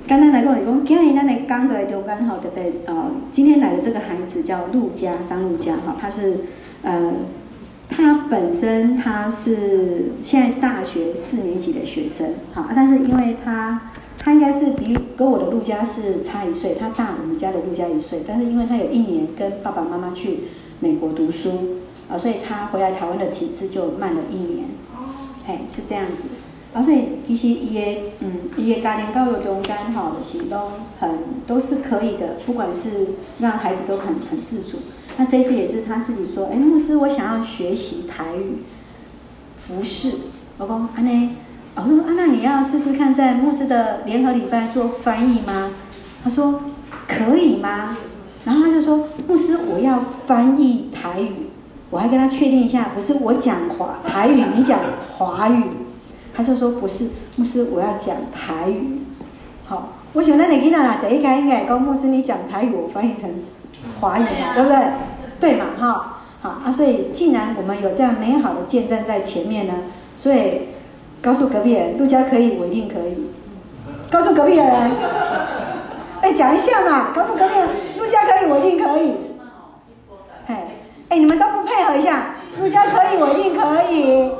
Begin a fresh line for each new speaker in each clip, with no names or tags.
刚刚来跟我讲，今天咱来讲的中间哈，特别今天来的这个孩子叫陆佳，张陆佳哈，他是他本身他是现在大学4年级的学生，好，但是因为他应该是跟我的陆佳是差1岁，他大我们家的陆佳1岁，但是因为他有1年跟爸爸妈妈去美国读书所以他回来台湾的体制就慢了1年，嘿，是这样子。所以其实伊的家庭教育中间吼，就是都是可以的，不管是让孩子都很自主。那这一次也是他自己说，牧师，我想要学习台语服饰。我说安呢，我说那你要试试看在牧师的联合礼拜做翻译吗？他说可以吗？然后他就说牧师，我要翻译台语。我还跟他确定一下，不是我讲台语，你讲华语。他就说不是，牧师，我要讲台语。好，我想咱的囡仔啦，第一个应该讲牧师，你讲台语，我翻译成华语嘛，对不对？对嘛，哈，好所以既然我们有这样美好的见证在前面呢，所以告诉隔壁人，陆家可以，我一定可以。告诉隔壁人，讲一下嘛，告诉隔壁人，陆家可以，我一定可以。你们都不配合一下，陆家可以，我一定可以。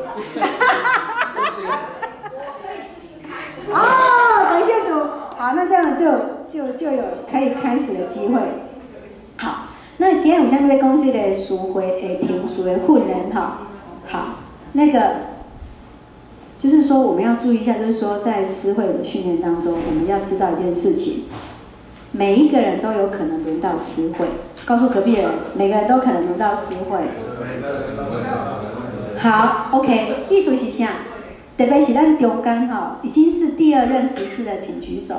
感谢主。好，那这样就有可以开始的机会。好，那今天我下面要讲这个词汇的听词的训练哈。好，那个就是说我们要注意一下，就是说在诗会的训练当中，我们要知道一件事情，每一个人都有可能轮到诗会。告诉隔壁人，每个人都可能轮到诗会。好 ，OK， 意思是啥？特别是咱中间已经是第2任执事的，请举手。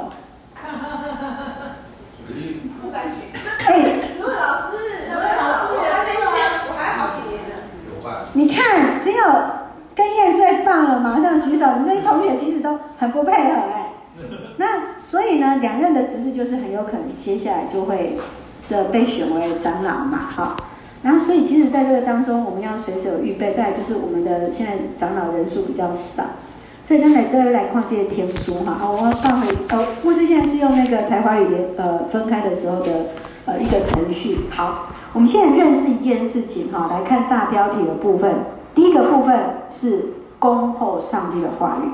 不敢举。指挥老师，我还没选，我还好几年呢。
你看，只有跟燕最棒了，马上举手。你这些同学其实都很不配合那所以呢，2任的执事就是很有可能接下来就会被选为长老嘛，然后，所以其实在这个当中，我们要随时有预备。再来就是我们的现在长老人数比较少，所以咱来看这些天书我放回牧师现在是用那个台华语分开的时候的一个程序。好，我们现在认识一件事情来看大标题的部分。第一个部分是恭候上帝的话语，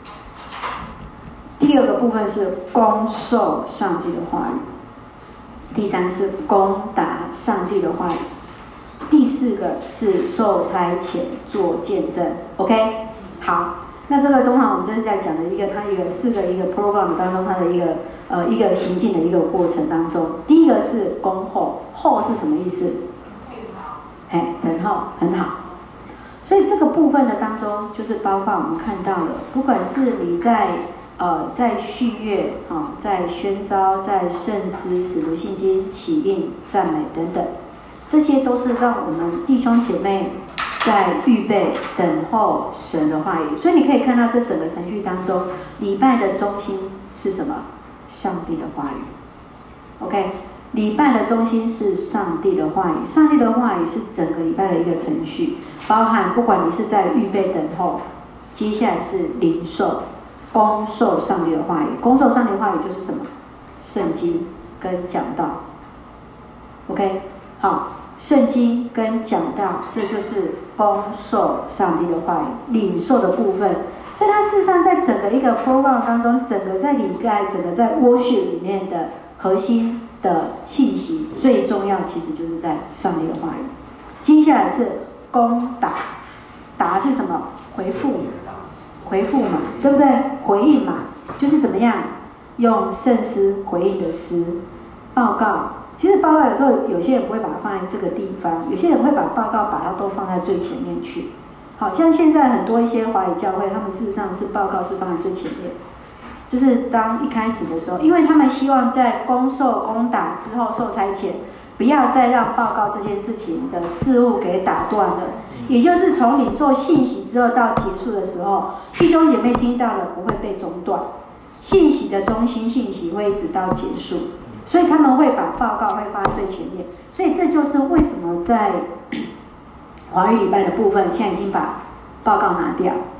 第2个部分是恭受上帝的话语，第3是攻打上帝的话语。第4个是受差遣做见证 ，OK， 好，那这个通常我们就是在讲的它一个4个一个 program 当中，它的一个行进的一个过程当中，第一个是恭候，候是什么意思？等候，很好。所以这个部分的当中，就是包括我们看到了，不管是你在序乐在宣召，在圣诗、使徒信经、起应、赞美等等。这些都是让我们弟兄姐妹在预备等候神的话语，所以你可以看到这整个程序当中，礼拜的中心是什么？上帝的话语。OK， 礼拜的中心是上帝的话语，上帝的话语是整个礼拜的一个程序，包含不管你是在预备等候，接下来是领受、恭受上帝的话语。恭受上帝的话语就是什么？圣经跟讲道。OK。好，圣经跟讲道，这就是恭受上帝的话语，领受的部分。所以它事实上在整个一个 program 当中，整个在礼拜，整个在 worship 里面的核心的信息，最重要其实就是在上帝的话语。接下来是攻打，打是什么？回复嘛，对不对？回应嘛，就是怎么样用圣诗回应的诗，报告。其实报告有时候有些人不会把它放在这个地方，有些人会把报告把它都放在最前面去。好像现在很多一些华语教会，他们事实上是报告是放在最前面，就是当一开始的时候，因为他们希望在攻受、攻打之后受差遣，不要再让报告这件事情的事物给打断了。也就是从领受信息之后到结束的时候，弟兄姐妹听到了不会被中断，信息的中心信息会一直到结束。所以他们会把报告会放在最前面，所以这就是为什么在华语礼拜的部分，现在已经把报告拿掉，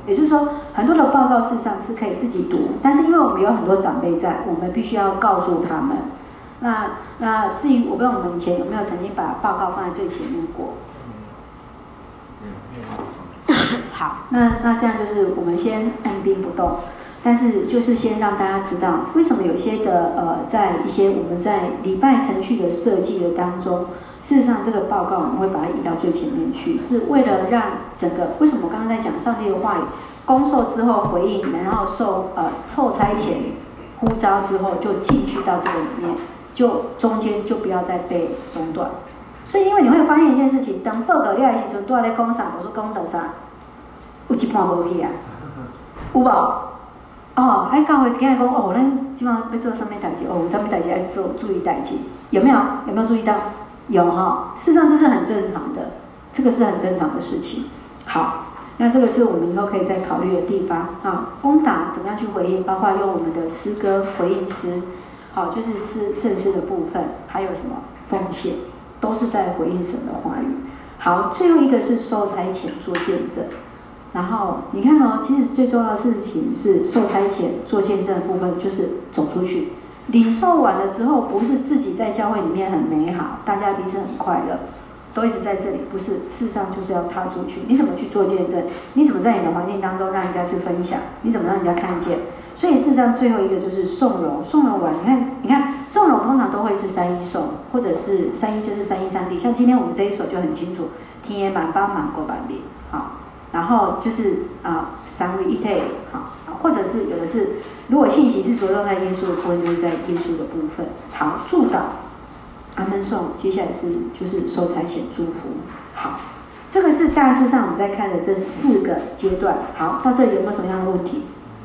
也就是说，很多的报告事实上是可以自己读，但是因为我们有很多长辈在，我们必须要告诉他们。那至于我不知道我们以前有没有曾经把报告放在最前面过？好，那这样就是我们先按兵不动，但是就是先让大家知道为什么有些的在一些我们在礼拜程序的设计的当中，事实上这个报告我们会把它移到最前面去，是为了让整个为什么我刚刚在讲上帝的话语，公受之后回应，然后受差遣呼召之后就进去到这个里面，就中间就不要再被中断。所以因为你会发现一件事情，当报告了的时候，都在讲啥，我说讲到啥，有一半无去啊，有无？哦，还教会今日讲哦，咱今晚要做什么代志？哦，有什么代志要做，注意代志，有没有？有没有注意到？有哈，事实上这是很正常的，这个是很正常的事情。好，那这个是我们以后可以再考虑的地方啊。攻打怎么样去回应？包括用我们的诗歌回应诗，好，就是圣诗的部分，还有什么奉献，都是在回应神的话语。好，最后一个是受差遣做见证。然后你看哦，其实最重要的事情是受差遣做见证的部分，就是走出去。领受完了之后，不是自己在教会里面很美好，大家彼此很快乐，都一直在这里，不是，事实上就是要踏出去。你怎么去做见证？你怎么在你的环境当中让人家去分享？你怎么让人家看见？所以事实上最后一个就是颂荣，颂荣完，你看颂荣通常都会是三一颂，或者是三一就是三一三地，像今天我们这一首就很清楚，天也满帮满国满里，好。然后就是三位一体，好，或者是有的是，如果信息是着重在耶稣的部分，就是在耶稣的部分。好，祝祷，阿门颂，接下来就是受差遣祝福。好，这个是大致上我们在看的这4个阶段。好，到这里有没有什么样的问题？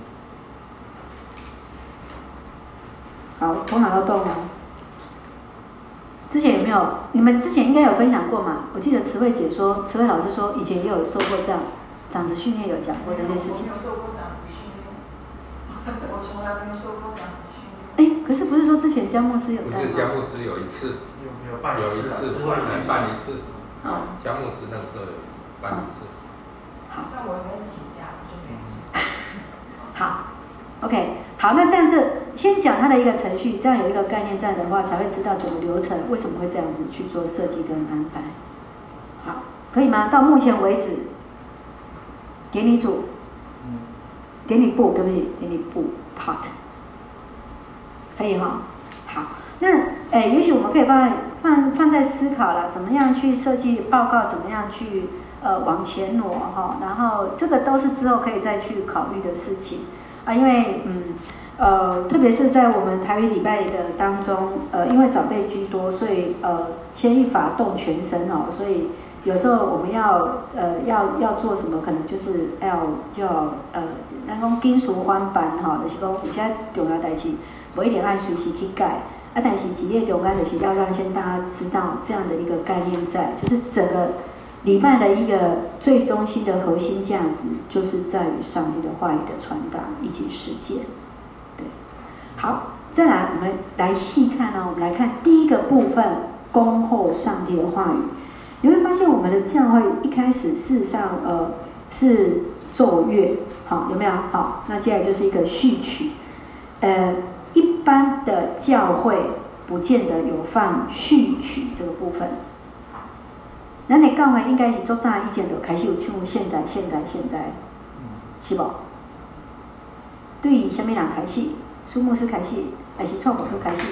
好，头脑要动哦。之前有没有？你们之前应该有分享过嘛？我记得慈慧姐说，慈慧老师说，以前也有受过这样长子训练，有讲过这些事情。
我没有受过长子训练，我从来没有受过长子训练。
哎，可是不是说之前姜牧师有带吗？
不是姜牧师有一次，有一次办一次，姜牧师那个时候有办一次。
好，
那我没有请假，我就没有。
好 ，OK， 好，那这样子。先讲它的一个程序，这样有一个概念在的话，才会知道整个流程为什么会这样子去做设计跟安排。好，可以吗？到目前为止，典礼组，典礼部，对不起，典礼部 part， 可以哈。好，那也许我们可以放在思考了，怎么样去设计报告，怎么样去往前挪哈，然后这个都是之后可以再去考虑的事情啊，因为特别是在我们台语礼拜的当中，因为长辈居多，所以牵一发动全身哦，所以有时候我们要做什么，可能就是咱讲紧事缓办哈，就是讲有些重要代志，不一定爱随时去改啊，但是几页重要的是要让先大家知道这样的一个概念在，就是整个礼拜的一个最中心的核心价值，就是在于上帝的话语的传达以及实践。好，再来，我们来细看呢。我们来看第一个部分，恭候上帝的话语。你会发现，我们的教会一开始事实上，是奏乐，好，有没有？好，那接下来就是一个序曲。一般的教会不见得有放序曲这个部分。那你教会应该是做早以前就开始有唱现在，是不？对于什么人开始？苏牧师开始，还是创普书开始？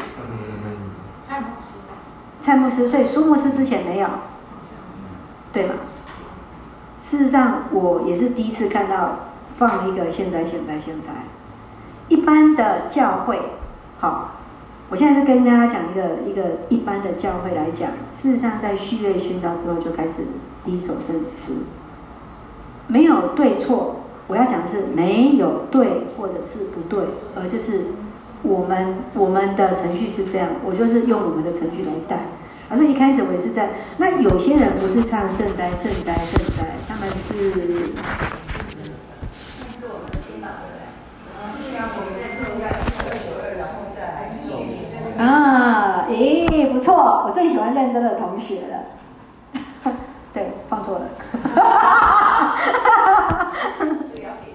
蔡牧师，所以苏牧师之前没有，对吗？事实上，我也是第一次看到放一个现在。一般的教会，好，我现在是跟大家讲一个一般的教会来讲，事实上在序乐宣召之后就开始第一首圣诗，没有对错。我要讲的是没有对或者是不对，而就是我们的程序是这样，我就是用我们的程序来带。所以一开始我也是在，那有些人不是唱圣哉，他们是。啊，咦，不错，我最喜欢认真的同学了。对，放错了。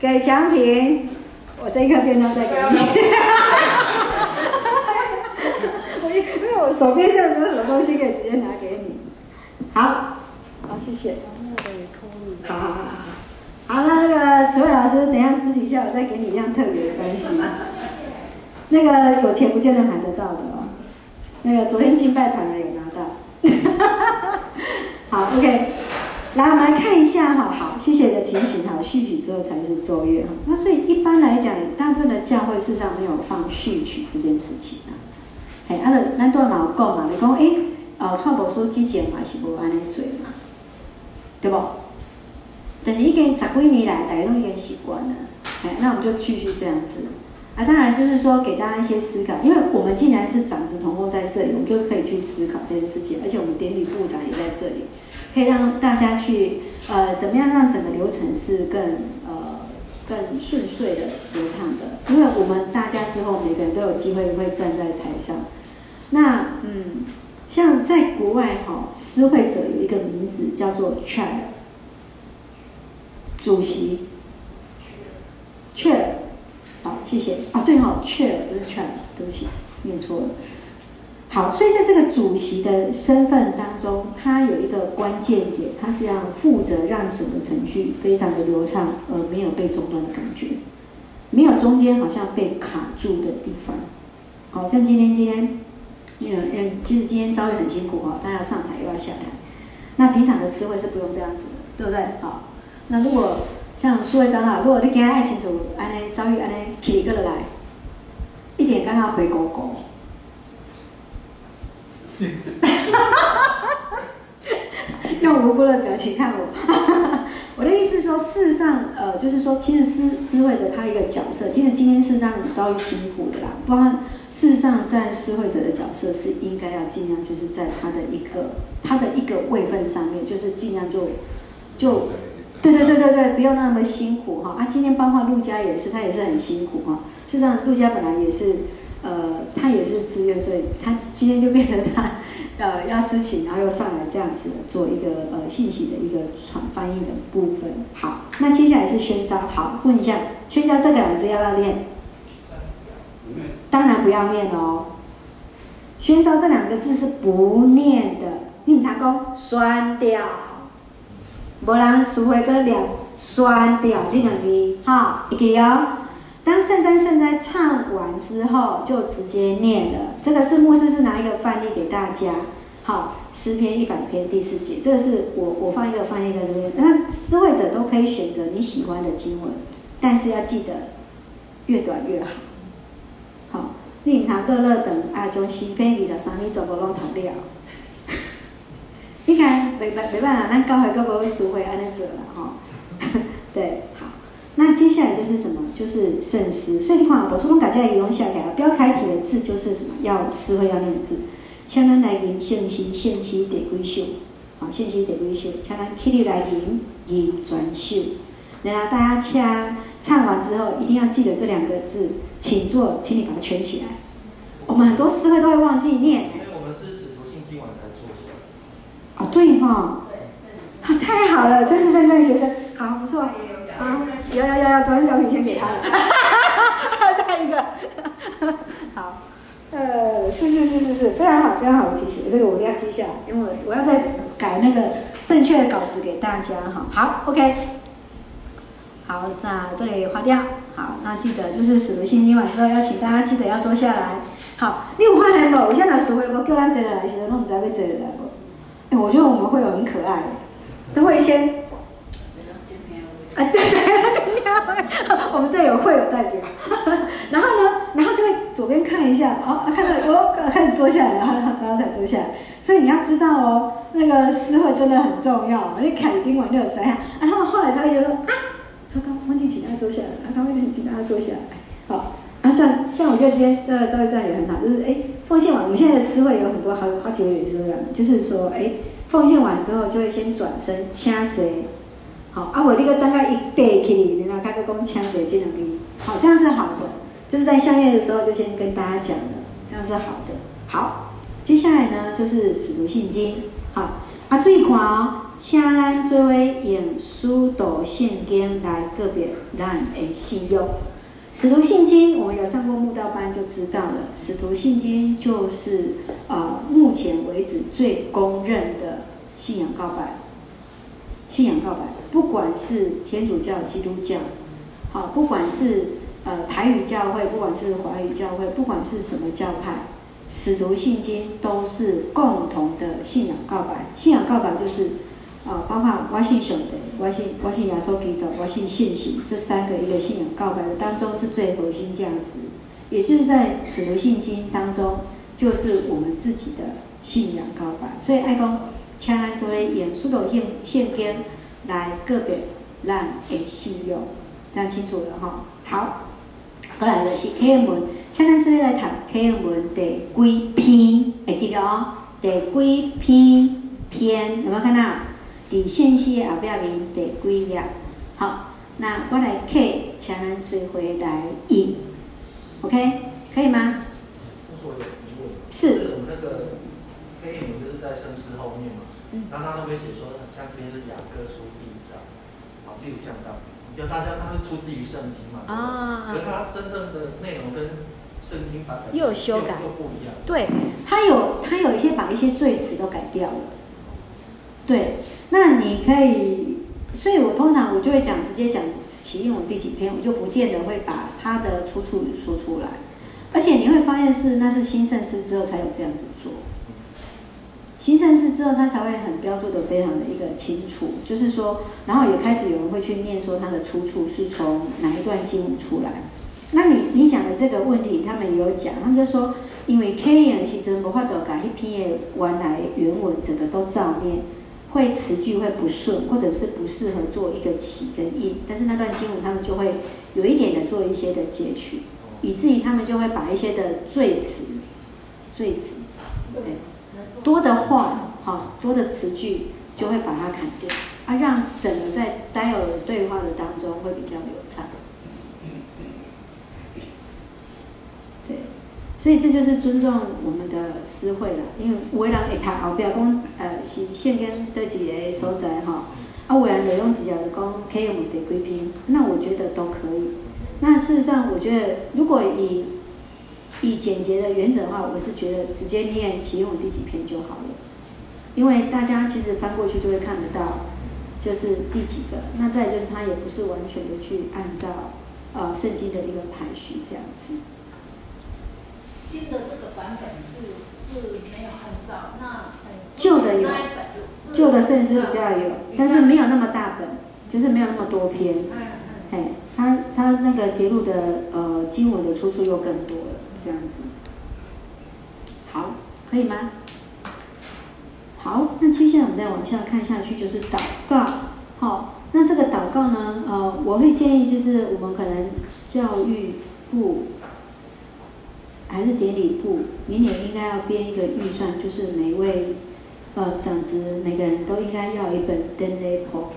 给奖品，我这一颗便当再给你。因为我手边现在没有什么东西可以直接拿给你。好，好，谢谢。好。好，那个慈惠老师，等一下私底下我再给你一样特别的东西。那个有钱不见得买得到的哦。那个昨天敬拜团的有拿到。好 ，OK。来，我们来看一下哈。好，谢谢你的提醒。好，序曲之后才是奏乐哈。那所以一般来讲，大部分的教会事实上没有放序曲这件事情啊。嘿，咱都嘛有讲嘛，你讲创部书之前嘛是无安尼做嘛，对不？但是已经10几年来，大家都已经习惯了。哎，那我们就继续这样子。当然就是说给大家一些思考，因为我们既然是长子同工在这里，我们就可以去思考这件事情，而且我们典礼部长也在这里，可以让大家去怎么样让整个流程是更顺遂的、流畅的。因为我们大家之后每个人都有机会会站在台上。那像在国外司会者有一个名字叫做 chair， 主席 chair。好，谢谢。对chair 不是 chair， 对不起，念错了。好，所以在这个主席的身份当中，他有一个关键点，他是要负责让整个程序非常的流畅，而没有被中断的感觉，没有中间好像被卡住的地方。好，像今天，其实今天遭遇很辛苦他要上台又要下台。那平常的司会是不用这样子的，对不对？好，那如果像苏会长如果你今天爱清楚安尼遭遇安尼起过来，一点刚刚回狗狗。用无辜的表情看我。我的意思说，事实上，就是说，其实司会的他一个角色，其实今天事实上遭遇辛苦的啦。不然，事实上在司会者的角色是应该要尽量就是在他的一个位分上面，就是尽量就对，不要那么辛苦哈。今天包括陆家也是，他也是很辛苦哈。事实上，陆家本来也是。他也是自愿，所以他今天就变成他要司琴，然后又上来这样子做一个信息的一个翻译的部分。好，那接下来是宣召。好，问一下，宣召这两个字要不要念？当然不要念哦。宣召这两个字是不念的，你唔通讲宣调，无人词汇个念宣调这两字，哈，会记哦。当圣哉唱完之后，就直接念了。这个是牧师是拿一个范例给大家。好，诗篇100篇第4节，这个是我放一个范例在这边。那司会者都可以选择你喜欢的经文，但是要记得越短越好。好，你唔通乐等将诗篇23篇全部拢读了。你看，没办法，咱教会个无书会安尼做啦，吼。对，好。那接下来就是什么？就是圣诗。所以你看，我说我把这个用下来，标楷体的字就是什么？要诗会要念字。请咱来吟圣诗第几首？好，圣诗第几首？请咱起立来吟吟转首。然后大家唱完之后，一定要记得这两个字，请坐，请你把它圈起来。我们很多诗会都会忘记念。
因为我们是使徒信经完才做下来。
哦，对哈。太好了，真是认真学生，好，不错。有，昨天奖品先给他了，再一个，好，是，非常好的提醒，这个我一定要记下来，因为我要再改那个正确的稿子给大家哈。好 ，OK， 好，那这里划掉，好，那记得就是使徒信经完之后，要请大家记得要坐下来。好，你有发现无？有些人书会无叫咱坐下来，时候都不知道要坐下来无？我觉得我们会有很可爱，都会先。对，我们这有会有代表，然后就会左边看一下，看到开始坐下来，然后才坐下来。所以你要知道哦，那个诗会真的很重要，你看英文就有知道。然后后来他就说糟糕，忘记请大家坐下来，刚忘记请大家坐下来。好，然后像我觉得今天这个召会站也很好，就是奉献完，我们现在的诗会有很多好几个也是这样，就是说奉献完之后就会先转身请坐。好，我这个大概一背起你，然后开个讲请坐这两个，好，这样是好的，就是在下面的时候就先跟大家讲了，这样是好的。好，接下来呢就是使徒信经，好，注意看哦， 请咱做伙用使徒信经来告别咱的信用。使徒信经，我们有上过慕道班就知道了。使徒信经就是目前为止最公认的信仰告白。信仰告白，不管是天主教、基督教，好，不管是台语教会，不管是华语教会，不管是什么教派。使徒信经都是共同的信仰告白。信仰告白就是包括我信上帝，我信耶稣基督，我信现行，这三个一个信仰告白的当中是最核心价值，也就是在使徒信经当中，就是我们自己的信仰告白。所以爱讲，请咱做伙用使徒信经来告别咱的信用，这样清楚了哈。好。过来就是启恩文，请咱做伙来读启恩文第几篇，会记得哦？第几篇有没有看到？伫信息后壁面第几页？好，那我来刻，请咱做伙来印 ，OK， 可以吗？是。
我们那个启恩文就是在圣诗后面嘛，然后他都会写说，像这边是雅各书第1章，好，记录像到。就大家他是出自于圣经嘛，可是他真正的内容跟圣经版本
又有修改，
又不一样。
对，他有一些把一些赘词都改掉了。对，那你可以，所以我通常就会直接讲启应文第几篇，我就不见得会把它的出处说出来。而且你会发现那是新圣诗之后才有这样子做。新圣诗之后，他才会很标注的非常的一个清楚，就是说，然后也开始有人会去念说它的出处是从哪一段经文出来。那你讲的这个问题，他们也有讲，他们就说，因为启应的时阵无法度把一篇的原来原文整个都照念，会词句会不顺，或者是不适合做一个起跟应，但是那段经文他们就会有一点的做一些的截取，以至于他们就会把一些的赘词，对。多的话，多的词句就会把它砍掉，让整个在待会的对话的当中会比较流畅。对，所以这就是尊重我们的诗会了，因为有的人会读后壁讲，是圣经倒一个所在哈，有的人就用直接就讲启应文第几篇，那我觉得都可以。那事实上，我觉得如果以简洁的原则的话，我是觉得直接念启应文第几篇就好了，因为大家其实翻过去就会看得到，就是第几个。那再就是它也不是完全的去按照圣经的一个排序这样子。
新的这个版本是没有按照，那
旧的有，旧的圣诗比较有，但是没有那么大本，就是没有那么多篇。它那个节录的经文的出处又更多了。这样子，好，可以吗？好，那接下来我们再往下看下去，就是祷告。好，那这个祷告呢，我会建议就是我们可能教育部还是典礼部，明年应该要编一个预算，就是每一位长职每个人都应该要一本 Den Lepo，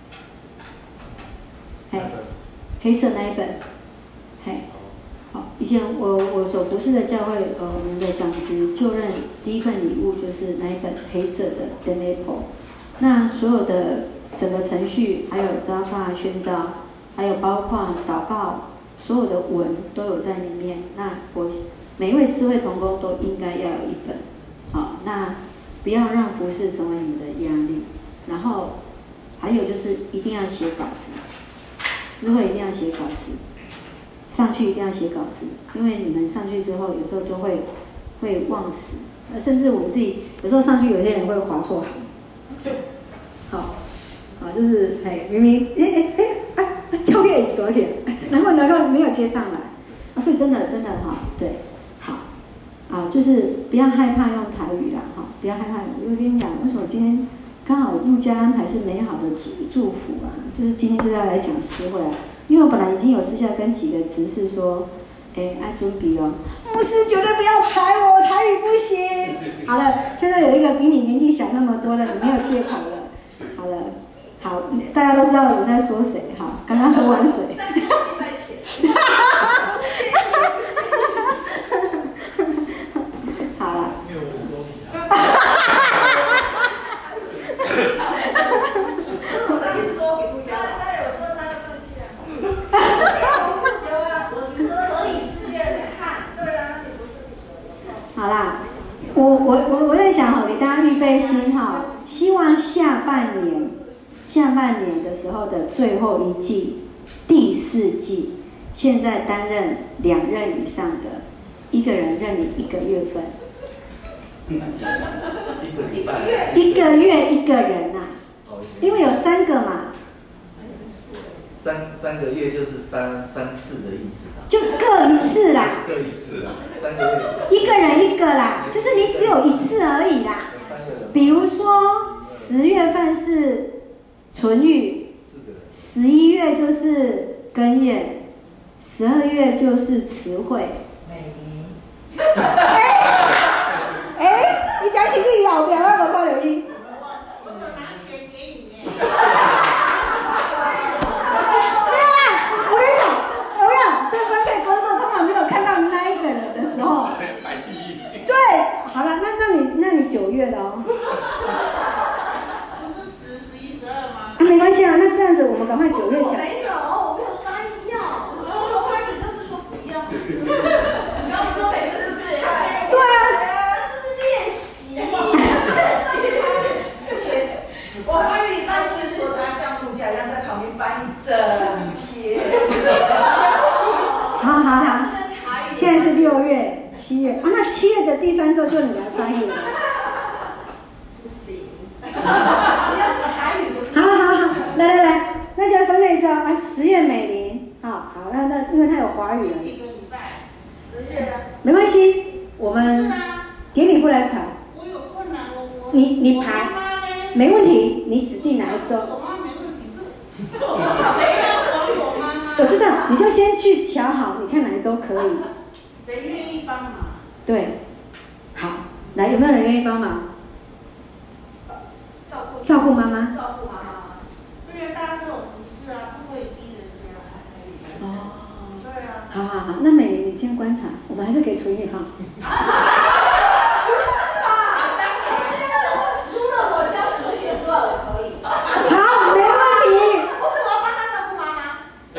黑色那一本，好，以前我所服侍的教会，我们的长职就任第一份礼物就是那一本黑色的 Den Lepo， 那所有的整个程序，还有召发宣召，还有包括祷告，所有的文都有在里面。那每一位司会同工都应该要有一本，好，那不要让服侍成为你们的压力。然后还有就是一定要写稿子，司会一定要写稿子。上去一定要写稿子，因为你们上去之后，有时候就会忘词，甚至我们自己有时候上去，有些人会划错行。好，就是明明跳跃左点，然后没有接上来，所以真的对，好，就是不要害怕用台语啦，不要害怕。我跟你讲，为什么今天刚好陆家安排是美好的祝福啊？就是今天就要来讲诗会啊。因为我本来已经有私下跟几个执事说，爱准备哦，牧师绝对不要排我，台语不行。好了，现在有一个比你年纪小那么多了，你没有借口了。好了，好，大家都知道我在说谁。好，刚刚喝完水。好了。没有人说你啊。 备心哈，希望下半年的时候的最后一季，第4季，现在担任2任以上的，一个人任你1个月份。1个月1个人呐、因为有3个嘛。
3个月就是3次的意思。
就各1次啦。
各1次啦。
3个月。
1个人1个啦，就是你只有1次而已啦。比如说10月份是纯玉，11月就是庚夜，12月就是慈惠。
美妮。
你讲起你后面我没留意。
我有拿钱给你耶。
没有啊，我跟你讲，这分配工作通常没有看到那一个人的时候。
摆第一。
对，好了，那你9月了哦。
不是10、11、12吗？
没关系啊，那这样子我们赶快9月讲。
我没有答应要，我从头开始就是说不要。你刚不是得试试？
对啊。
这是练习。不行，我关于当时说他像木匠一样在旁边翻译整天。
好，现在是6月、7月啊，那7月的第3周就你来翻译了。
不行，只要是台语就。
好，来，那就分配一下啊。10月美玲，好，那因为他有华语了。
几个礼拜？10月啊。
没关系，我们典礼部来传。
我有困难，
你排，没问题，你指定哪一周？
我妈没问题，是谁要管我妈妈？
我知道，你就先去瞧好，你看哪一周可以。
谁愿意帮忙？
对，好，来，有没有人愿意帮忙？照顾妈妈。
对呀，大家都有不是啊，不可以逼人家。
哦。
对啊。
好，那美玲你先观察，我们还是给纯玉哈。
不是吧？除了我教哲学之外，我可以。
好，没问题。
不是，我要帮他照顾妈妈。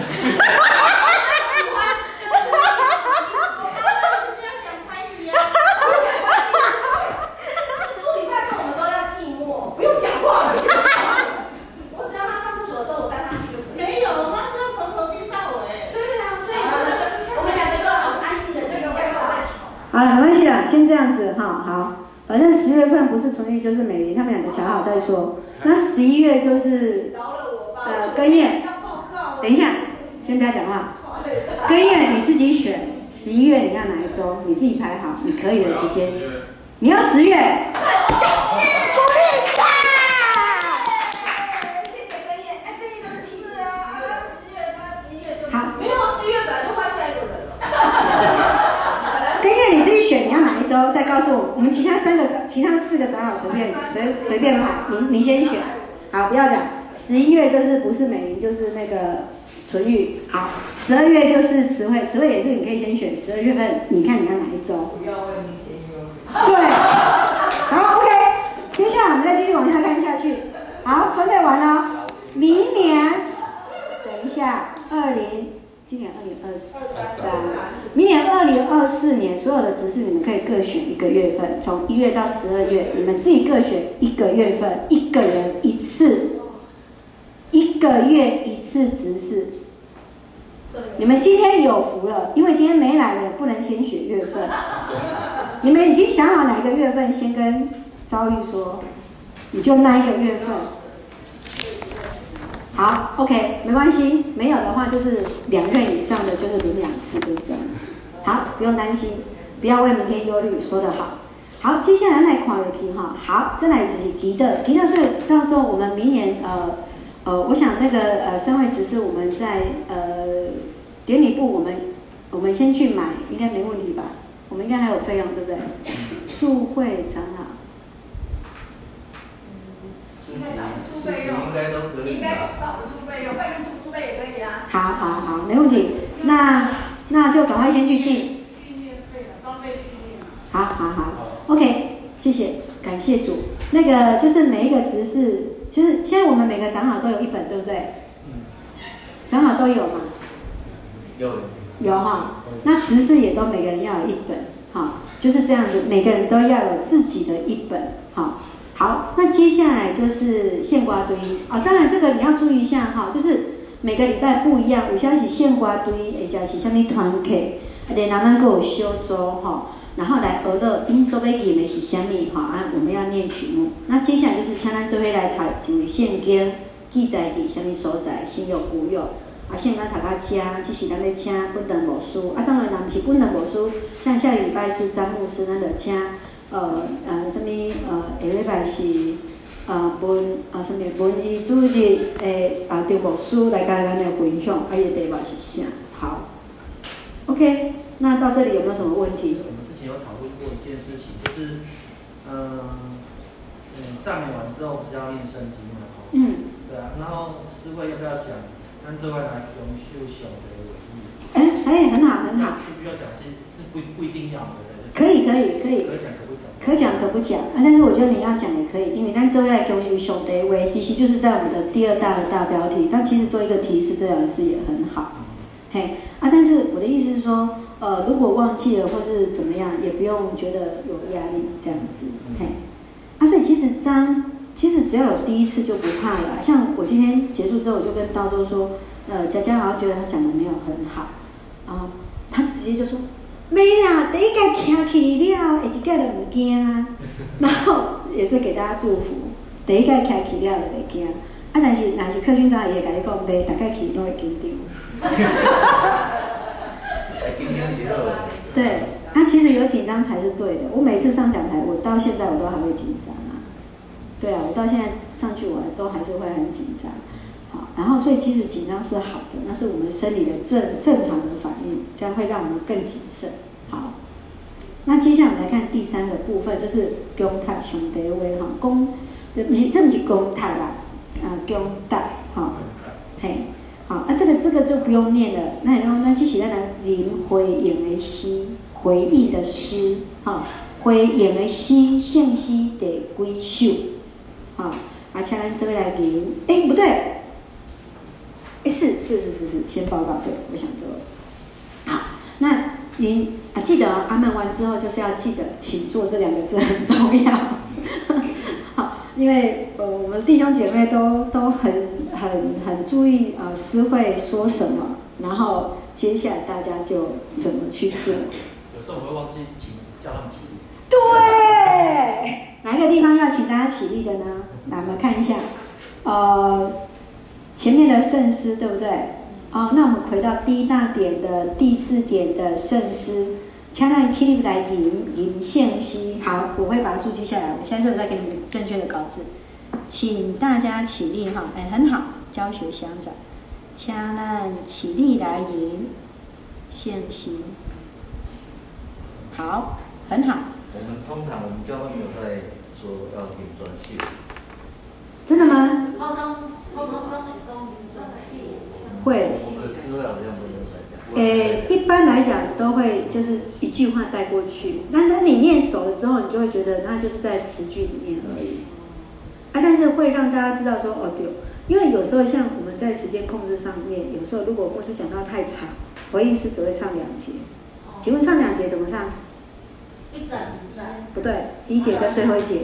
好了，没关系啦，先这样子哈。好，反正10月份不是纯玉就是美玲，他们2个瞧好再说。那11月就是庚夜。等一下，先不要讲话。庚夜你自己选，11月你要哪一周，你自己排好，你可以的时间。你要10月。鼓励一下。
谢谢庚夜，庚夜就是听着啊。11月就
好。
没有11月本来就换下一个人了。
庚夜你自己选，你要哪一周再告诉我。我们其他4个长老随便排，你先选。好，不要讲。11月就是不是美玲就是那个纯玉。好，12月就是慈惠也是你可以先选。12月份你看你要哪一周？
不要为明天忧虑。
对。好 ，OK。接下来我们再继续往下看下去。好，分配完了。明年，等一下，今年2023，明年2024年所有的执事你们可以各选1个月份，从1月到12月，你们自己各选1个月份，1个人1次，1个月1次执事。你们今天有福了，因为今天没来的不能先选月份。你们已经想好哪个月份，先跟昭玉说，你就那一个月份。好 ，OK， 没关系，没有的话就是2任以上的就是轮2次，就是这样子。好，不用担心，不要为明天忧虑，说得好。好，接下来来看下去哈。好，再来就是吉的，所以到时候我们明年我想那个3位执事我们在典礼部我们先去买，应该没问题吧？我们应该还有费用，对不对？数会长老。
出费用应该都可以，应该找得出费用，外面付出费也可以啊。
好，没问题。那就赶快先去订。好 ，OK， 谢谢，感谢主。那个就是每一个执事，就是现在我们每个长老都有1本，对不对？长老都有吗？有哈。那执事也都每个人要有1本，好，就是这样子，每个人都要有自己的1本，好。 好，那接下来就是献瓜堆啊，当然这个你要注意一下哈，就是每个礼拜不一样，有些是献瓜堆，有些是什么团契，然后咱还有小组哈，然后来学乐，因所要念的是什么哈？啊，我们要念曲目。那接下来就是请咱做伙来读一位圣经，记载伫什么所在，新有古有。啊，现在读到这，这是咱咧请本堂牧师。啊，当然，若毋是本堂牧师，像下个礼拜是张牧师，咱就请什么下礼拜是什么文艺主日诶张牧师来甲咱来分享，啊，伊题目是啥？好 ，OK， 那到这里有没有什么问题？
我们之前有讨论过一件事情，就是赞美完之后不是要念圣经吗？对啊，然后诗会要不要讲？咱做伙来用秀上的
很好很好。
需不要讲是不一定要的。
可以。
可讲可不讲。
可讲可不讲啊，但是我觉得你要讲也可以，因为咱做来用秀上的话，其实就是在我们的第二大的大标题，但其实做一个提示，这两个字也很好。嘿啊，但是我的意思是说，如果忘记了或是怎么样，也不用觉得有压力这样子。嘿，啊，所以其实只要有第一次就不怕了。像我今天结束之后，我就跟道周说，佳佳好像觉得他讲的没有很好，啊，他直接就说，没啦，第一届听起了，下一届就唔惊啊。然后也是给大家祝福，第一届听起了就袂惊，啊，但是若是课训长也会甲你讲，袂大概起拢会紧张。对，啊，其实有紧张才是对的。我每次上讲台，我到现在我都还会紧张啊。对啊，我到现在上去我都还是会很紧张，好，然后所以其实紧张是好的，那是我们生理的正常的反应，这样会让我们更谨慎。好，那接下来我们来看第三个部分，就是恭读上帝的话哈，这不是恭读啦，恭读哈，嘿，好，啊这个就不用念了，那这是咱临回应的诗，回忆的诗，哈，回应的诗，圣诗第几首？好，请咱这边来念。不对，是，先报告，对，我想错了。好，那您记得阿门完之后，就是要记得请坐这两个字很重要。好，因为我们弟兄姐妹都很注意诗会说什么，然后接下来大家就怎么去做。
有时候我会忘记叫他们起立。
对。哪一个地方要请大家起立的呢？来，我们看一下，前面的圣诗对不对？那我们回到第一大点的第4点的圣诗，请咱起立来吟圣诗。好，我会把它注记下来。现在我再给你们正确的稿子，请大家起立哈，很好，教学相长，请咱起立来吟圣诗。好，很好。
通常我们教会没有在说要领专系。
真的吗？会。
我们的诗会好像都没有在讲。
一般来讲都会就是一句话带过去，那你念熟了之后，你就会觉得那就是在词句里面而已。但是会让大家知道说对，因为有时候像我们在时间控制上面，有时候如果牧师讲到太长，回应诗只会唱2节。请问唱2节怎么唱？不对，第一节跟最后一节。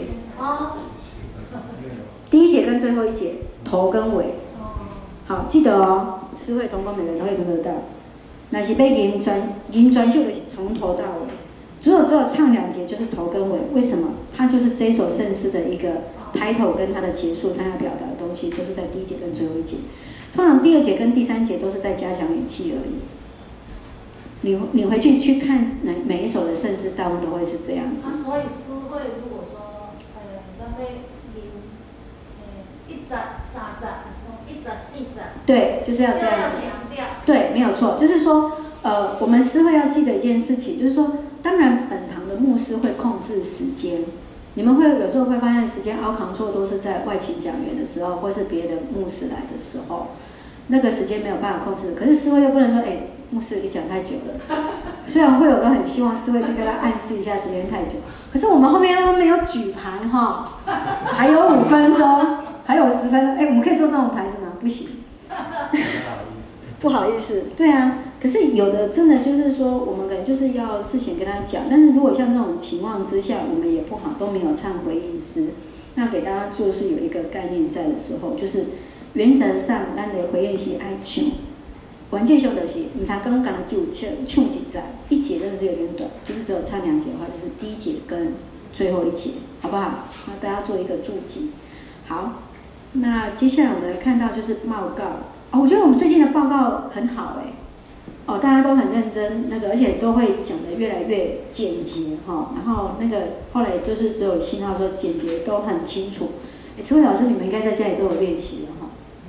第一节跟最后一节，头跟尾。好，记得哦，诗会同工每个人都会读得到。那是要吟专秀的，从头到尾，只有唱2节就是头跟尾。为什么？它就是这一首圣诗的一个title跟它的结束，它要表达的东西都是在第一节跟最后一节。通常第2节跟第3节都是在加强语气而已。你回去看每一首的圣诗，大部分都会是这样子。
所以诗会如果说咱要吟1节、3节，1节、4节，
对，就是要这样子。
强调。
对，没有错，就是说，我们诗会要记得一件事情，就是说，当然本堂的牧师会控制时间，你们会有时候会发现时间凹扛错都是在外勤讲员的时候，或是别的牧师来的时候，那个时间没有办法控制。可是诗会又不能说，牧师你讲太久了，虽然会有的很希望诗会去跟他暗示一下时间太久，可是我们后面都没有举牌哈，还有5分钟，还有10分钟，我们可以做这种牌子吗？不行，不好意思，对啊。可是有的真的就是说，我们可能就是要事先跟他讲，但是如果像这种情况之下，我们也不好都没有唱回应诗， 那给大家就是有一个概念在的时候，就是原则上咱的回应是爱唱，完结上就是唔通刚刚就唱几节，一节真的是有点短，就是只有唱2节的话，就是第1节跟最后1节，好不好？那大家做一个注记。好，那接下来我们来看到就是报告哦，我觉得我们最近的报告很好哎。哦，大家都很认真，而且都会讲得越来越简洁哈。然后后来就是只有信号说简洁都很清楚。智慧老师，你们应该在家里都有练习了哈。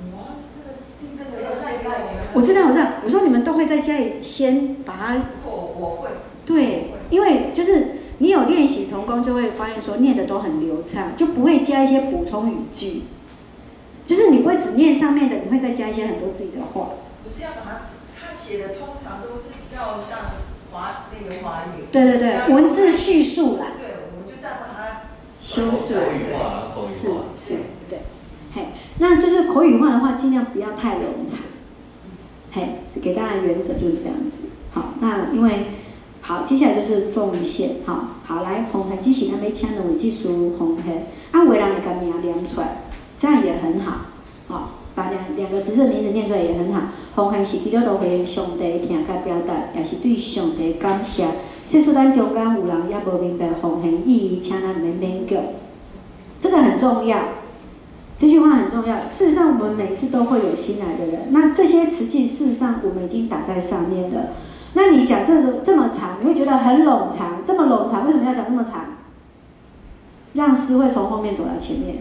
我知道。我说你们都会在家里先把它。
我会。对，
因为就是你有练习同工，就会发现说念的都很流畅，就不会加一些补充语句。就是你不会只念上面的，你会再加一些很多自己的话。
不是要把他写的通常都是比较像华语。
对，文字叙述啦。
对，我们就是要把它
修饰。
口语化，
是，对。嘿，那就是口语化的话，尽量不要太冗长。嘿，给大家的原则就是这样子。好，那因为好，接下来就是奉献。好，来，奉献只是咱要请两位技术奉献，有的人会把名念出来，这样也很好。好，把两个执事名字念出来也很好。奉献是基督徒回应上帝听甲表达，也是对上帝感谢。说出咱中间有人也无明白奉献意义，请咱免勉强。这个很重要，这句话很重要。事实上，我们每次都会有新来的人，那这些词句事实上我们已经打在上面了。那你讲这么长，你会觉得很冗长。这么冗长，为什么要讲那么长？让诗会从后面走到前面。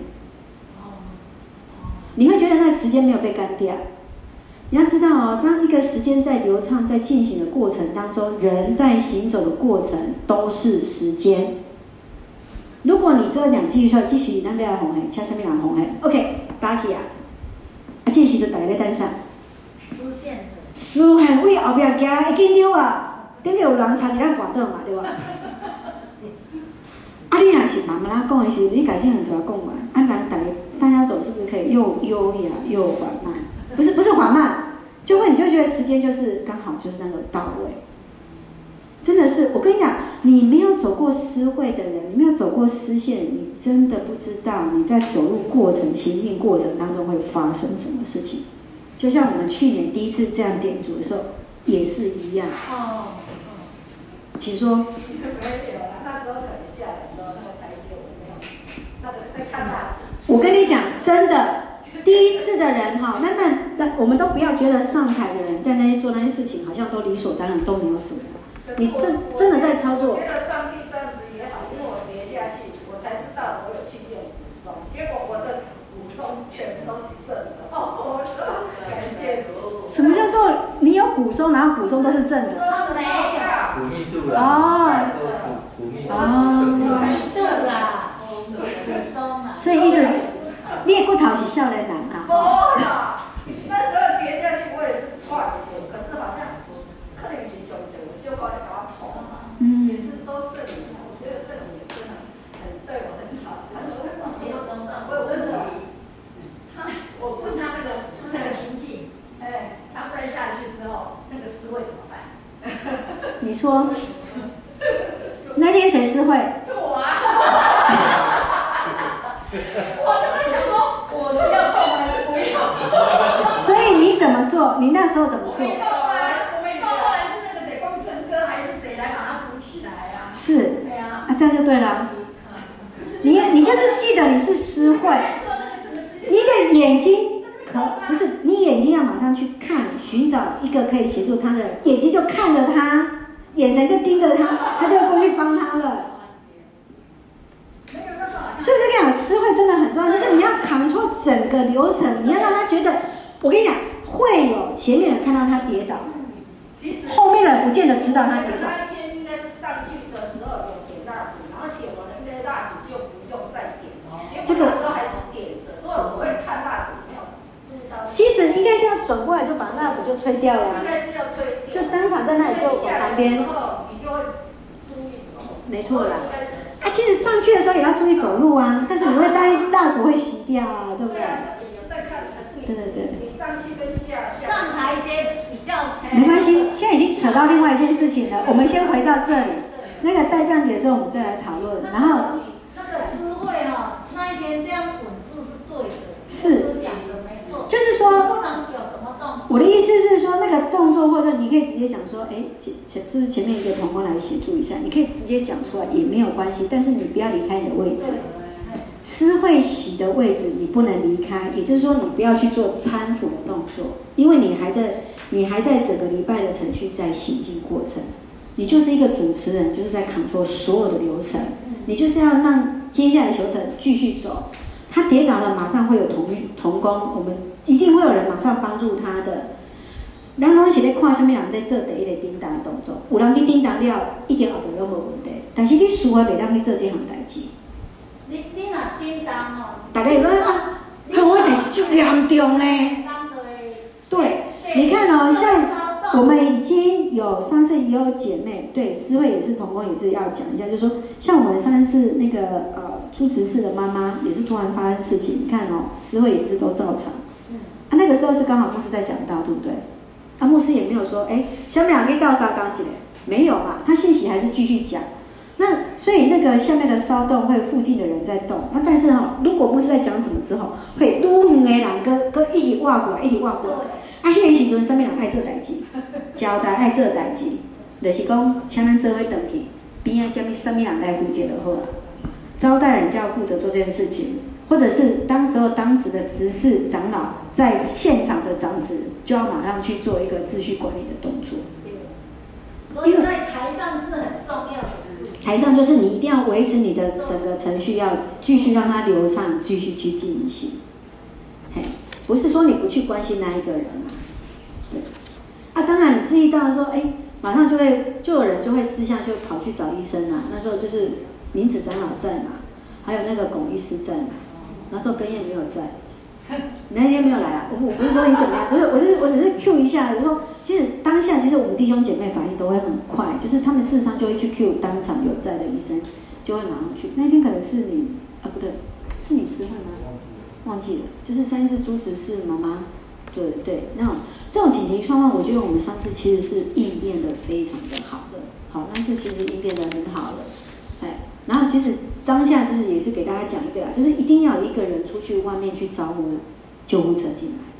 你会觉得那时间没有被干掉。你要知道哦，当一个时间在流畅在进行的过程当中，人在行走的过程都是时间。如果你这2句说，这是咱要来奉献，请什么人奉献 ？OK， 打起啊！这时阵大家在等啥？实现为后边行来会紧张啊！等下有人插一咱挂倒嘛，对吧？你若是慢慢讲的时候，你把这两句讲完，人大家走是不是可以又优雅又缓慢？不是缓慢，就觉得时间就是刚好就是那个到位。真的是，我跟你讲，你没有走过诗会的人，你没有走过诗线，你真的不知道你在走路过程、行进过程当中会发生什么事情。就像我们去年第一次这样点烛的时候，也是一样。请说。
没有啦，那时候可能下来的时候，那个台阶我没有，那个在看蜡烛。
我跟你讲，真的，第一次的人哈，那我们都不要觉得上台的人在那些做那些事情，好像都理所当然，都没有什么。你真的在操作。
我觉得上帝这样子也好，因为我跌下去，我才知道我有去练鼓松，结果我的鼓松全部都是正的。我说感谢主。
什么叫做你有鼓松，然后鼓松都是正的？
没有。
骨密度啦。骨密
度啦，鼓松啦。
所以意思，你的骨头是少年人啊。
没啦，那时候跌下去我也是踹一下，可是好像可能是兄弟，我小高就搞我痛嘛，也是都是你，我觉得这种也是很对我很好，没有等到，我有问他，我问他那个情境，他摔下去之后，那个思维怎么办？
你说，那天谁诗会？
就我啊！我就在想说，我是要动还是不要？
所以你怎么做？你那时候怎么做？
我没动，后来是那个谁，工程哥还是谁来把他扶起来啊？
是。
对啊。
这样就对了。你就是记得你是诗会，你的眼睛不是，你眼睛要马上去看，寻找一个可以协助他的人，眼睛就看着他，眼神就盯着他，他就会过去帮他了。所以这个讲诗会真的很重要，就是你要扛出整个流程，你要让他觉得，我跟你讲，会有前面人看到他跌倒，后面人不见得知道他跌倒。
那一天应该是上去的时候有点蜡烛，然后点完了那个蜡烛就不用再点哦，这个时候还是点着，所以我会看蜡烛没有注意到。其实应该这样转过来就把蜡烛就吹掉了、应该是要吹掉，
就当场在那里就往旁边。
你就会注意走。
没错啦。其实上去的时候也要注意走路啊，但是你会担心蜡烛会熄掉啊，对不对？对。
你上去跟上台阶比较。
没关系，现在已经扯到另外一件事情了。我们先回到这里，那个代降节之后我们再来讨论。然后
那个诗会哈，那一天
我的意思是说，那个动作或者你可以直接讲说，哎，就是前面一个同工来协助一下，你可以直接讲出来也没有关系，但是你不要离开你的位置。施会洗的位置你不能离开，也就是说你不要去做搀扶的动作，因为你还在整个礼拜的程序在行进过程，你就是一个主持人，就是在 control 所有的流程，你就是要让接下来的流程继续走。他跌倒了，马上会有同工，我们一定会有人马上帮助他的。咱拢是咧看什么人在做第一个叮当的动作，有人去叮当了，一点后面都无问题，但是你输的袂当去做这项代志。
你若叮当哦，
大家有啊，我的代志就严重嘞。对，你看哦，像我们已经有上次也有姐妹，对，思慧也是同工，也是要讲一下，就是说，像我们上次那个朱执事的妈妈也是突然发生事情，你看哦，思慧也是都照常。那个时候是刚好牧师在讲道，对不对？牧师也没有说，小美可以倒沙钢琴，没有嘛，他信息还是继续讲。那所以那个下面的骚动会附近的人在动，那但是如果牧师在讲什么之后，会愈远的人搁一直挖过来，一直挖过来。迄个时阵，上面人爱做代志，交代爱做代志，就是讲，请咱做伙转去，边仔什么人来负责就好了。招待人就要负责做这件事情，或者是当值的执事长老在现场的长子，就要马上去做一个秩序管理的动作。
所以在台上是很重要的事。
台上就是你一定要维持你的整个程序，要继续让它流畅，继续去进行。不是说你不去关心那一个人嘛，对。当然你注意到说，马上就有人就会私下就跑去找医生啊。那时候就是明子长老在嘛，还有那个龚医师在嘛。那时候根燕没有在，那天没有来啊。我不是说你怎么样，不是，我只是 Q 一下，我说其实当下其实我们弟兄姐妹反应都会很快，就是他们事实上就会去 Q 当场有在的医生，就会马上去。那天可能是你不对，是你私会吗？忘记了，就是上一次朱执事妈妈，对，那这种紧急状况，我觉得我们上次其实是应变的非常的好的，但是其实应变的很好的，然后其实当下就是也是给大家讲一个啦，就是一定要有一个人出去外面去招呼救护车进来。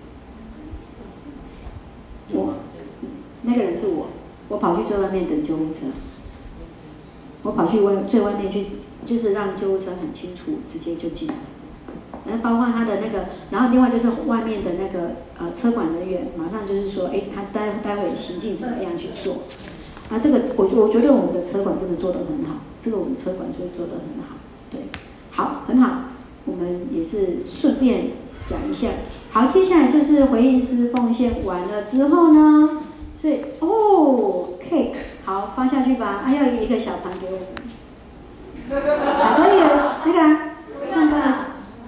那个人是我跑去最外面等救护车，我跑去最外面去，就是让救护车很清楚直接就进来。然后包括他的那个，然后另外就是外面的那个车管人员，马上就是说，他待会行进怎么样去做？这个我觉得我们的车管真的做得很好，这个我们车管就做得很好，对，好，很好，我们也是顺便讲一下。好，接下来就是回应诗奉献完了之后呢，所以cake 好发下去吧，要一个小盘给我们，巧克力的那个刚刚的。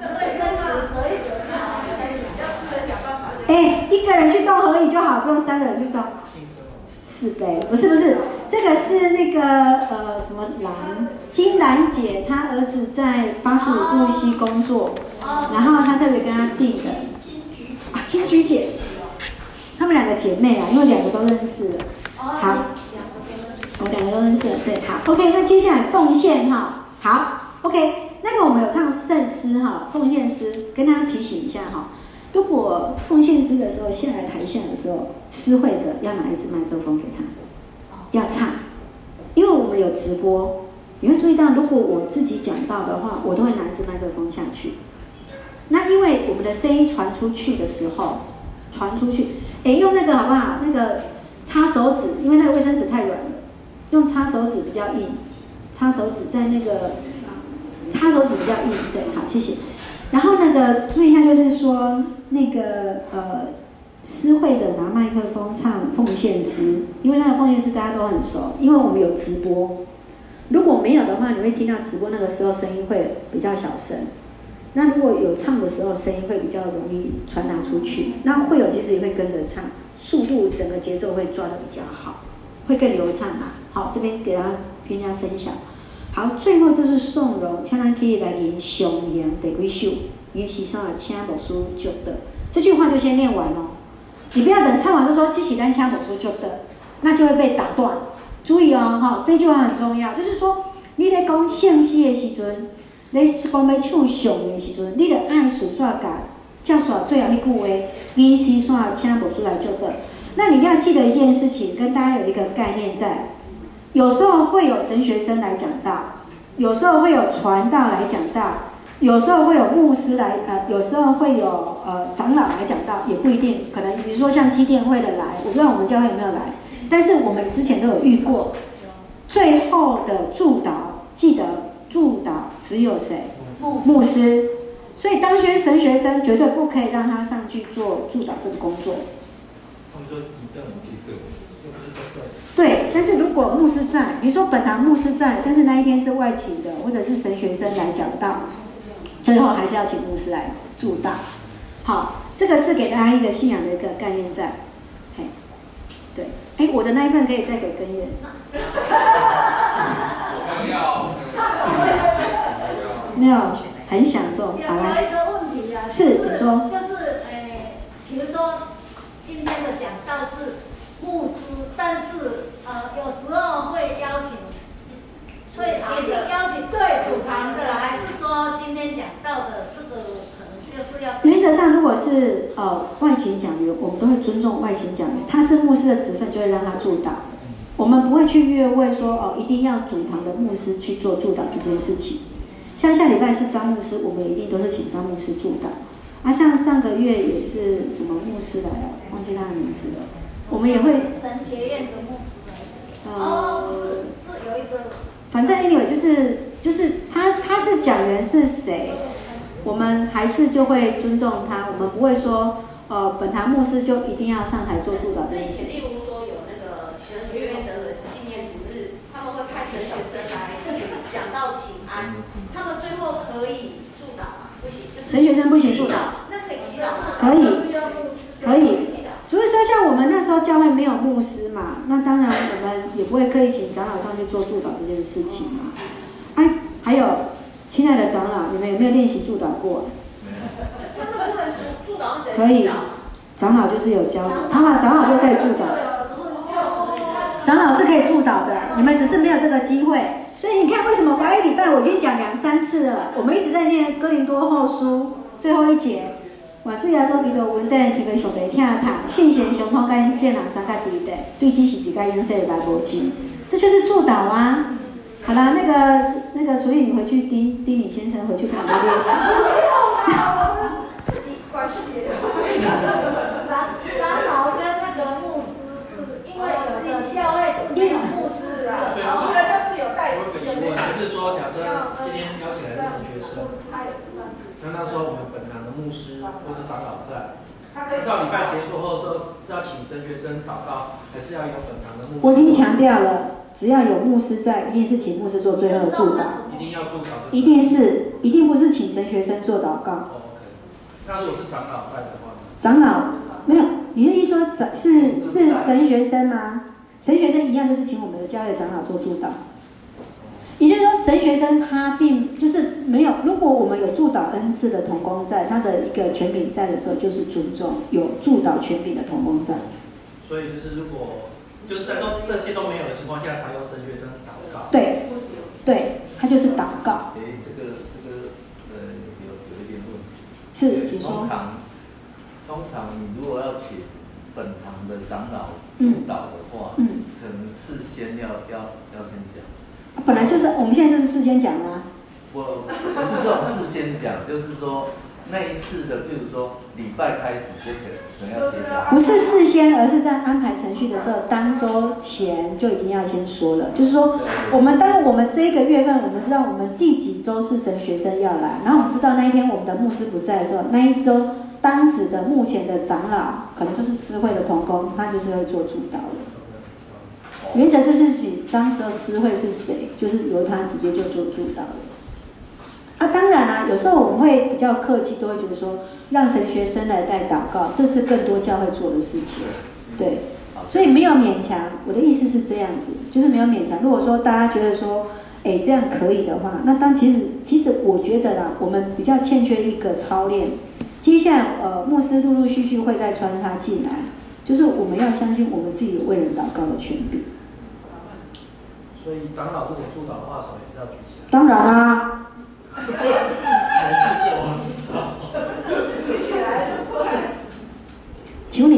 一个人去动而已就好，不用3个人去动。是呗？不是，这个是那个什么金兰姐，她儿子在85度 C 工作，然后她特别跟她订的金菊姐，她们2个姐妹啊，因为2个都认识了。好，我2个都认识了，对，好 ，OK， 那接下来奉献好 ，OK， 那个我们有唱圣诗奉献诗，跟大家提醒一下如果奉献诗的时候下来台下的时候，诗会者要拿一支麦克风给他，要唱，因为我们有直播，你会注意到，如果我自己讲到的话，我都会拿一支麦克风下去。那因为我们的声音传出去的时候，用那个好不好？那个擦手指，因为那个卫生纸太软了，用擦手指比较硬，擦手指在那个擦手指比较硬，对，好，谢谢。然后那个注意一下，就是说那个诗会者拿麦克风唱奉献诗，因为那个奉献诗大家都很熟，因为我们有直播。如果没有的话，你会听到直播那个时候声音会比较小声。那如果有唱的时候，声音会比较容易传达出去。那会友其实也会跟着唱，速度整个节奏会抓得比较好，会更流畅嘛。好，这边跟大家分享。好，最后就是颂荣，请咱可以来吟上言第几首，吟时上请牧师祝的。这句话就先念完哦，你不要等唱完就说这是咱请牧师祝的，那就会被打断。注意哦，这句话很重要，就是说你在讲圣诗的时阵，你讲要唱上的时阵，你就按顺续甲接续最后迄句话， 你需算请不出来就对。那你要记得一件事情，跟大家有一个概念在，有时候会有神学生来讲道，有时候会有传道来讲道，有时候会有牧师来，有时候会有长老来讲道，也不一定，可能比如说像基甸会的来，我不知道我们教会有没有来，但是我们之前都有遇过。最后的祝祷，记得祝祷只有谁？牧师。所以当选神学生绝对不可以让他上去做祝祷这个工作。
他们说一个人记得，
对，但是如果牧师在，比如说本堂牧师在，但是那一天是外请的，或者是神学生来讲道，最后还是要请牧师来祝祷。好，这个是给大家一个信仰的一个概念在。嘿，对，哎，我的那一份可以再给根叶。没有，很享受。好来。
有一个问题啊，
是，请说。
就是比如说今天的讲道是牧师，但是有时候会邀请，会决定邀请对主堂的，还是说今天讲道的这个可能就是要？
原则上，如果是外勤讲员，我们都会尊重外勤讲员，他是牧师的职分，就会让他祝祷。我们不会去越位说一定要主堂的牧师去做祝祷这件事情。像下礼拜是张牧师，我们一定都是请张牧师祝祷。像上个月也是什么牧师来了，忘记他的名字了。我们也会
神学院的牧师来。不是，是有一个。
反正 anyway 就是他是讲员是谁，我们还是就会尊重他，我们不会说本堂牧师就一定要上台做祝祷这件事情。
例如说有那个神学院的纪念主日，他们会派神学生来讲道请安，他们最后可以祝祷吗？不行，就是
神学生不行祝祷。
那可以祈祷吗？
可以，可以。所以说，像我们那时候教会没有牧师嘛，那当然我们也不会刻意请长老上去做祝祷这件事情嘛。还有，亲爱的长老，你们有没有练习祝祷过？
他们不能祝祷，
可以，长老就是有教的，长老就可以祝祷。长老是可以祝祷的，你们只是没有这个机会。所以你看，为什么怀疑礼拜我已经讲2、3次了？我们一直在念哥林多后书最后一节。哇！主耶稣基督稳定，特别上袂疼痛，信贤相通，甲因见人三甲敌的，对只是伫甲因说来无亲，这就是祝祷啊！好啦，那个，所以你回去丁敏先生回去看我练习。
自己管自己的。长老跟那个牧师是因为有的教会是没有牧师的，
这个就是有代
我有个疑问，就是说，假设今天邀请来的神学生，那时候我们本堂的牧师或是长老在，到礼拜结束后是要请神学生祷告，还是要有本堂的牧师？
我已经强调了，只要有牧师在，一定是请牧师做最后的祝祷。
一定要祝祷。
一定不是请神学生做祷告。
OK。那如果是长老在的话呢？
长老没有，你的意思说是神学生吗？神学生一样就是请我们的教会长老做祝祷。也就是说，神学生他并就是没有，如果我们有祝祷恩赐的同工在，他的一个权柄在的时候，就是尊重有祝祷权柄的同工在。
所以就是如果就是在这些都没有的情况下，才有神学生祷告。
对，他就是祷告。
这个有一点问题。
是，请说。
通常你如果要请本堂的长老祝祷的话，可能事先要先讲。
本来就是，我们现在就是事先讲啦。
我不是这种事先讲，就是说那一次的，譬如说礼拜开始就可能要先讲。
不是事先，而是在安排程序的时候，当周前就已经要先说了。就是说，我们这个月份，我们知道我们第几周是神学生要来，然后我们知道那一天我们的牧师不在的时候，那一周当值的目前的长老，可能就是司会的同工，他就是会做主导的。原则就是当时候司会是谁，就是由他直接就做主导了。当然啦，有时候我们会比较客气，都会觉得说，让神学生来带祷告，这是更多教会做的事情。对，所以没有勉强。我的意思是这样子，就是没有勉强。如果说大家觉得说，这样可以的话，那其实我觉得啦，我们比较欠缺一个操练。接下来牧师陆陆续续会再穿插进来，就是我们要相信我们自己有为人祷告的权柄。
所以长老如果祝祷的话，手也是要举起来。
当然啦。
没试过。
举起来。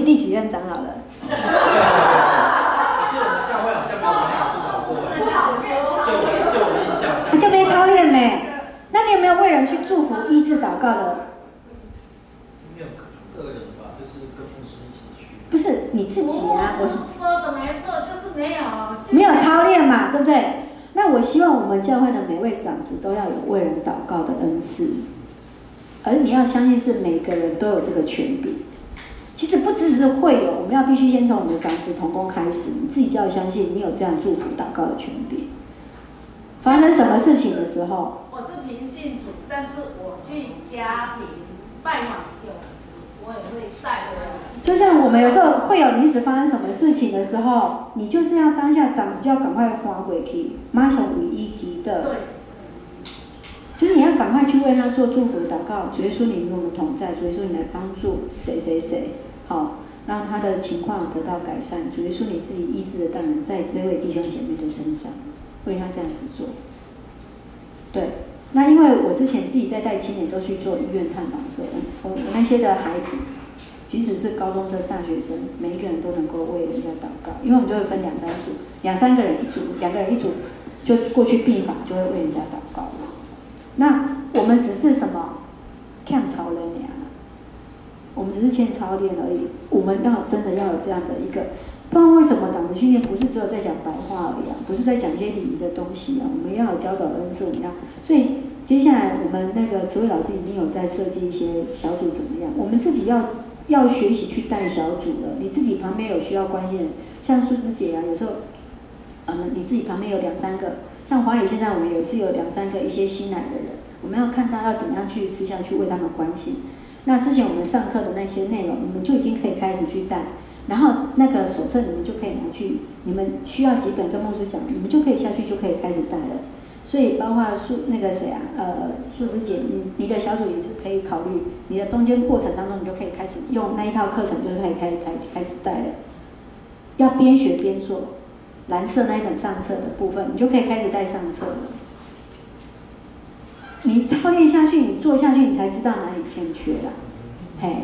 第几任长老了？
可是我们教会好像没有长老助导过就我印象
就没操练没？那你有没有为人去祝福、医治、祷告的？
没有个人吧，就是跟牧师一起去。
不是你自己啊，我
说的没错，就是没有
操练嘛，对不对？那我希望我们教会的每位长子都要有为人祷告的恩赐，而你要相信是每个人都有这个权柄。其实不只是会有，我们要必须先从我们的长子同工开始，你自己就要相信你有这样祝福祷告的权柄。发生什么事情的时候，
我是平信徒，但是我去家庭拜访有时，我也会带回来。
就像我们有时候会有临时发生什么事情的时候，你就是要当下长子就要赶快划回去，马上为依及的。
对。
就是你要赶快去为他做祝福的祷告，主耶稣你与我们同在，主耶稣你来帮助谁谁谁，好，让他的情况得到改善。主耶稣你自己医治的大能在这位弟兄姐妹的身上，为他这样子做。对，那因为我之前自己在带青年都去做医院探访的时候，我那些的孩子，即使是高中生、大学生，每一个人都能够为人家祷告，因为我们就会分两三个人一组，两个人一组，就过去病房就会为人家祷告了。那我们只是什么看操练呀？我们只是欠操练而已。我们真的要有这样的一个，不然为什么长子训练不是只有在讲白话而已啊？不是在讲一些礼仪的东西啊？我们要有教导恩赐，我们要。所以接下来我们那个慈惠老师已经有在设计一些小组怎么样？我们自己要学习去带小组了。你自己旁边有需要关心的，像素芝姐啊，有时候，你自己旁边有2-3个。像华语现在我们也是有2-3个一些新来的人，我们要看到要怎么样去私下去为他们关心。那之前我们上课的那些内容，你们就已经可以开始去带，然后那个手册你们就可以拿去，你们需要几本跟牧师讲，你们就可以下去就可以开始带了。所以包括秀芝姐，你的小组也是可以考虑，你的中间过程当中，你就可以开始用那一套课程，就可以开始带了。要边学边做。蓝色那一本上册的部分，你就可以开始带上册了。你操练下去，你做下去，你才知道哪里欠缺了。嘿，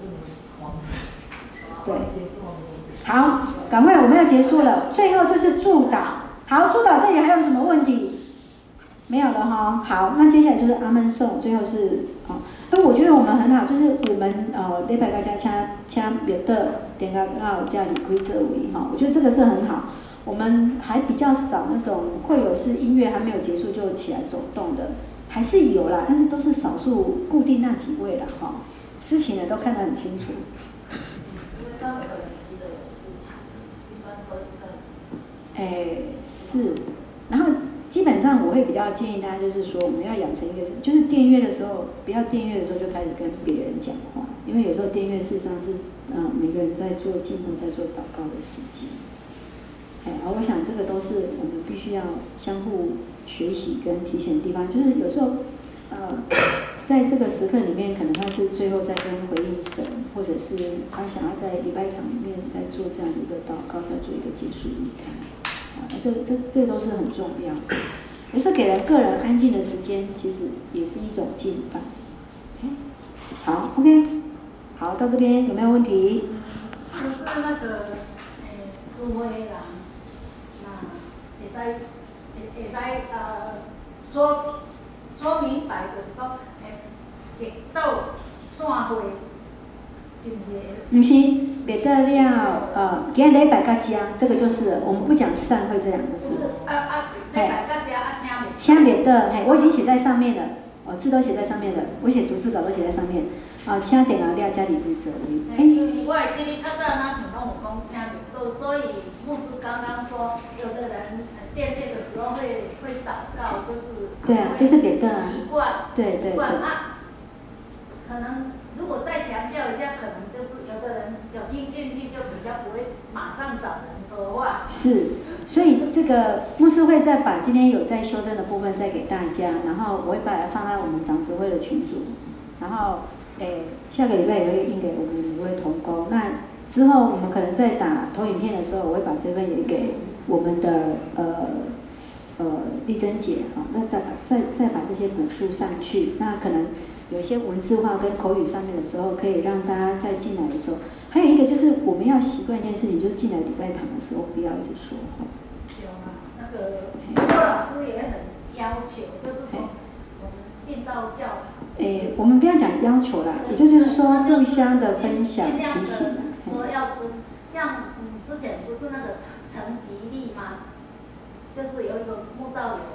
对，好，赶快，我们要结束了。最后就是祝祷。好，祝祷这里还有什么问题？没有了哈。好，那接下来就是阿门颂，最后是我觉得我们很好，就是我们礼拜大家请别的点个家里规则为哈，我觉得这个是很好。我们还比较少那种会有是音乐还没有结束就起来走动的，还是有啦，但是都是少数固定那几位啦哈。事情呢都看得很清楚。
因为他们很急的有事情，一般都是这样。
是，然后基本上我会比较建议大家就是说，我们要养成一个，就是电乐的时候，不要电乐的时候就开始跟别人讲话，因为有时候电乐事实上是每个人在做进步、在做祷告的时机。我想这个都是我们必须要相互学习跟提醒的地方。就是有时候，在这个时刻里面，可能他是最后在跟回应神，或者是他想要在礼拜堂里面在做这样的一个祷告，再做一个结束离开。这都是很重要的。有时候给人个人安静的时间，其实也是一种敬拜。好 ，OK， 好，到这边有没有问题？
是不是那个思维人？会使说明白，就是讲别到散会，是不是？
不是，别到了今日礼拜到家，这个就是我们不讲散会这2个字。
礼拜到家
请别到，我已经写在上面了，字都写在上面了，我写逐字稿都写在上面。请点了家里规则为。
因为我会记得较早那像拢有讲请别到，所以牧师刚刚说，有的人电业的时候会祷告，就是
对啊，就是别的
习惯，
对
可能如果再强调一下，可能就是有的人有听进去，就比较不会马上找人说话。
是，所以这个牧师会再把今天有在修正的部分再给大家，然后我会把它放在我们长执会的群组，然后下个礼拜也会印给我们每位同工。那之后我们可能在打投影片的时候，我会把这份也给我们的丽珍姐那再把这些补述上去。那可能有一些文字化跟口语上面的时候，可以让大家在进来的时候， 还有一个就是我们要习惯一件事情，就是进来礼拜堂的时候不要一直说话。
有啊，那个郭老师也很要求，就是说我们进到教堂。
我们不要讲要求啦，也就是说互相的分享提醒。
说要尊，像之前不是那个陈吉利吗？就是有一个慕道友，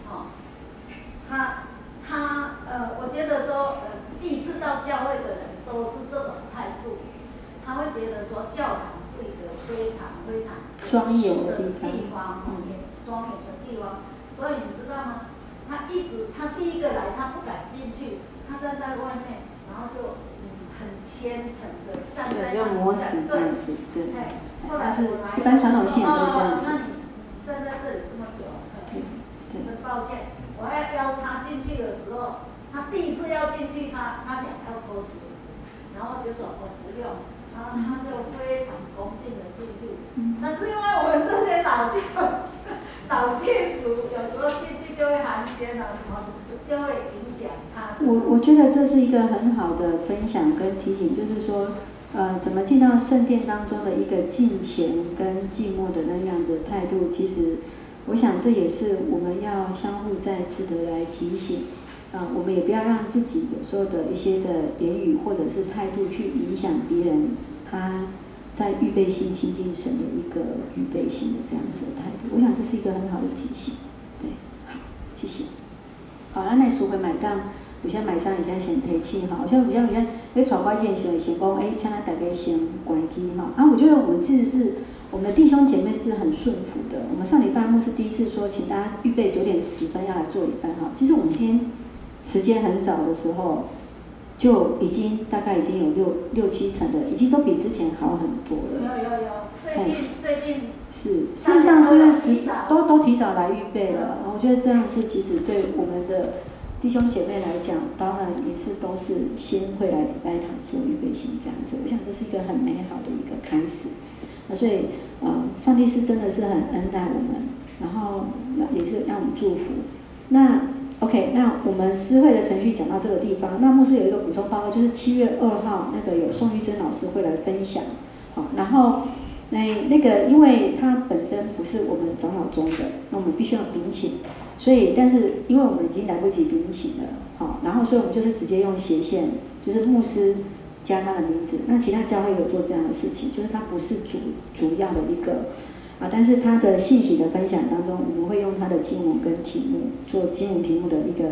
我觉得说，第一次到教会的人都是这种态度，他会觉得说教堂是一个非常非常
庄严的
地方，也庄严的地方。所以你知道吗？他第一个来，他不敢进去，他站在外面，然后就很虔诚的站在那里。
就磨死这样子，对。
后来我来，
一般传统信仰都这样子。
那你站在这里这么久，真抱歉。我要邀他进去的时候，他第一次要进去，他想要脱鞋子，然后就说我不用，然后他就非常恭敬的进去。但是因为我们这些老信徒，有时候进去就会寒暄啊什么，就会影响他。
我觉得这是一个很好的分享跟提醒，就是说，怎么进到圣殿当中的一个敬虔跟静默的那样子的态度，其实。我想这也是我们要相互再次的来提醒，我们也不要让自己有时候的一些的言语或者是态度去影响别人，他在预备性亲近神的一个预备性的这样子的态度。我想这是一个很好的提醒，对，好，谢谢。好，咱来赎回买档，有些买商，有些先提起哈，有些你传关键先讲，请咱大家先关机哈。然后我觉得我们其实是。我们的弟兄姐妹是很顺服的。我们上礼拜牧师第一次说，请大家预备9点10分要来做礼拜哈。其实我们今天时间很早的时候，就大概已经有6、7成的，已经都比之前好很多了。
有，最近
是，事实上是不是都提早来预备了？我觉得这样是其实对我们的弟兄姐妹来讲，当然也是都是先会来礼拜堂做预备性这样子。我想这是一个很美好的一个开始。所以，上帝是真的是很恩待我们，然后也是让我们祝福。那 OK， 那我们诗会的程序讲到这个地方。那牧师有一个补充报告，就是7月2号那个有宋玉珍老师会来分享。好，然后那个因为他本身不是我们长老中的，那我们必须要禀请，所以但是因为我们已经来不及禀请了，好，然后所以我们就是直接用斜线，就是牧师。加他的名字，那其他教会有做这样的事情，就是他不是主要的一个但是他的信息的分享当中，我们会用他的经文跟题目做经文题目的一个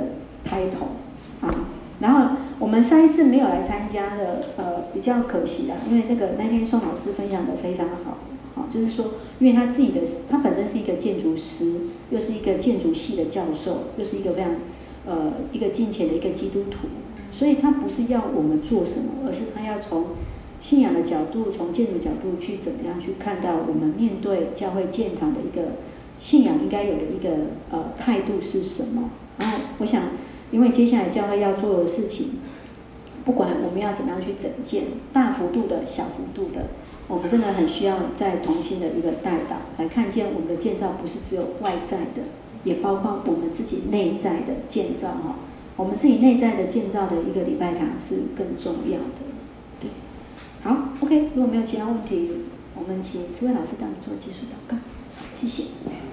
title然后我们上一次没有来参加的，比较可惜啦，因为那天宋老师分享的非常好，就是说，因为他本身是一个建筑师，又是一个建筑系的教授，又是一个非常一个敬虔的一个基督徒。所以他不是要我们做什么，而是他要从信仰的角度，从建筑角度去怎么样去看到我们面对教会建堂的一个信仰应该有的一个态度是什么。然后我想，因为接下来教会要做的事情，不管我们要怎么样去整建，大幅度的、小幅度的，我们真的很需要在同心的一个带导来看见我们的建造不是只有外在的，也包括我们自己内在的建造哈。我们自己内在的建造的一个礼拜堂是更重要的，对。好 ，OK， 如果没有其他问题，我们请智慧老师带我们做结束祷告，谢谢。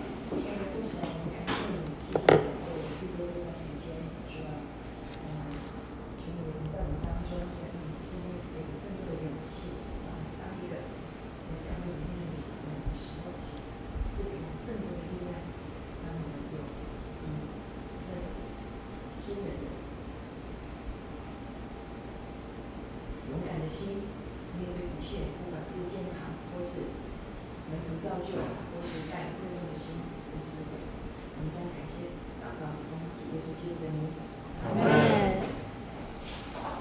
勇敢的心面对一切，不管是健康或是门徒造就，或是带贵重的心跟智慧，我们将感谢祷告是奉主耶稣基督的名。
阿门。